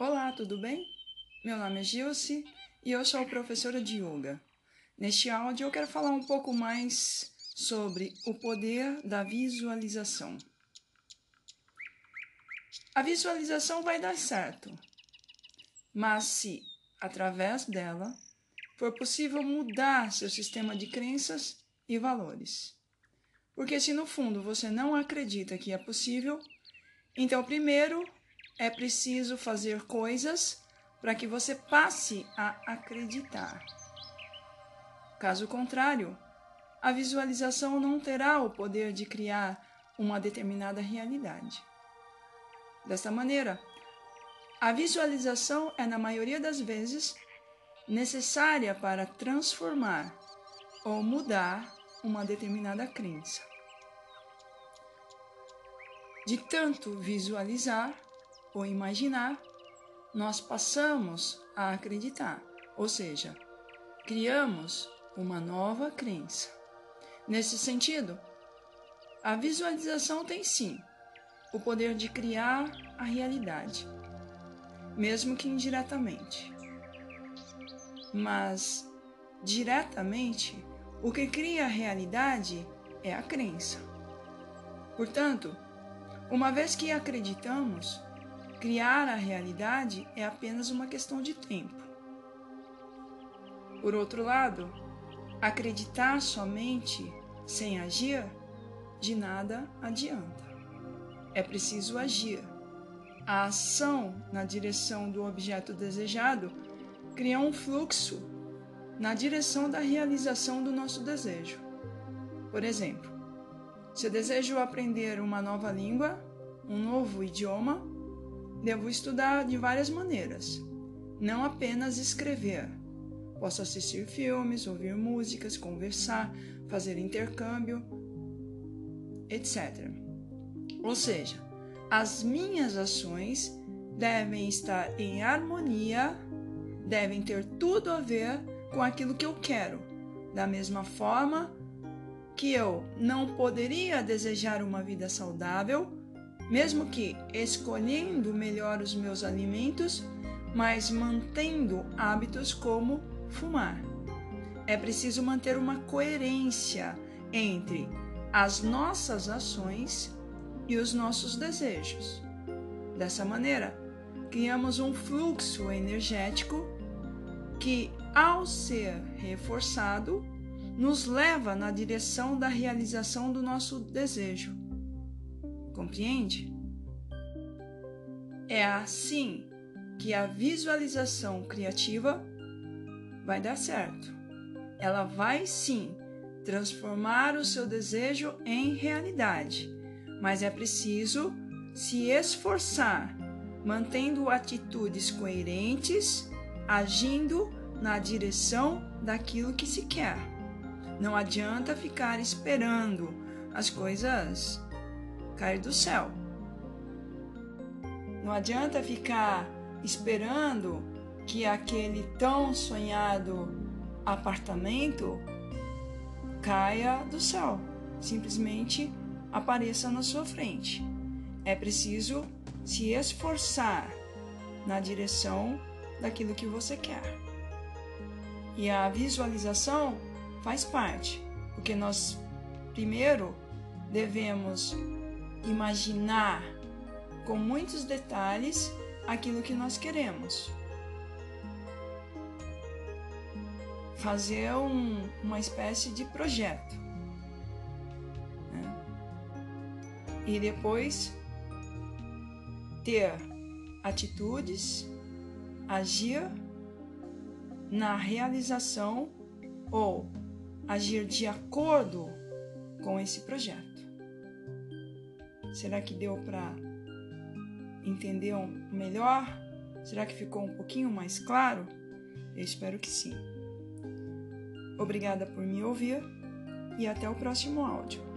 Olá, tudo bem? Meu nome é Gilce e eu sou professora de Yoga. Neste áudio eu quero falar um pouco mais sobre o poder da visualização. A visualização vai dar certo, mas se, através dela, for possível mudar seu sistema de crenças e valores. Porque se no fundo você não acredita que é possível, então primeiro é preciso fazer coisas para que você passe a acreditar. Caso contrário, a visualização não terá o poder de criar uma determinada realidade. Desta maneira, a visualização é, na maioria das vezes, necessária para transformar ou mudar uma determinada crença. De tanto visualizar ou imaginar, nós passamos a acreditar, ou seja, criamos uma nova crença. Nesse sentido, a visualização tem sim o poder de criar a realidade, mesmo que indiretamente. Mas, diretamente, o que cria a realidade é a crença. Portanto, uma vez que acreditamos, criar a realidade é apenas uma questão de tempo. Por outro lado, acreditar somente sem agir, de nada adianta. É preciso agir. A ação na direção do objeto desejado cria um fluxo na direção da realização do nosso desejo. Por exemplo, se eu desejo aprender uma nova língua, um novo idioma, devo estudar de várias maneiras, não apenas escrever. Posso assistir filmes, ouvir músicas, conversar, fazer intercâmbio, etc. Ou seja, as minhas ações devem estar em harmonia, devem ter tudo a ver com aquilo que eu quero. Da mesma forma que eu não poderia desejar uma vida saudável, mesmo que escolhendo melhor os meus alimentos, mas mantendo hábitos como fumar. É preciso manter uma coerência entre as nossas ações e os nossos desejos. Dessa maneira, criamos um fluxo energético que, ao ser reforçado, nos leva na direção da realização do nosso desejo. Compreende? É assim que a visualização criativa vai dar certo. Ela vai sim transformar o seu desejo em realidade, mas é preciso se esforçar, mantendo atitudes coerentes, agindo na direção daquilo que se quer. Não adianta ficar esperando as coisas cair do céu. Não adianta ficar esperando que aquele tão sonhado apartamento caia do céu, simplesmente apareça na sua frente. É preciso se esforçar na direção daquilo que você quer. E a visualização faz parte, porque nós primeiro devemos imaginar com muitos detalhes aquilo que nós queremos. Fazer uma espécie de projeto, né? E depois ter atitudes, agir na realização ou agir de acordo com esse projeto. Será que deu para entender melhor? Será que ficou um pouquinho mais claro? Eu espero que sim. Obrigada por me ouvir e até o próximo áudio.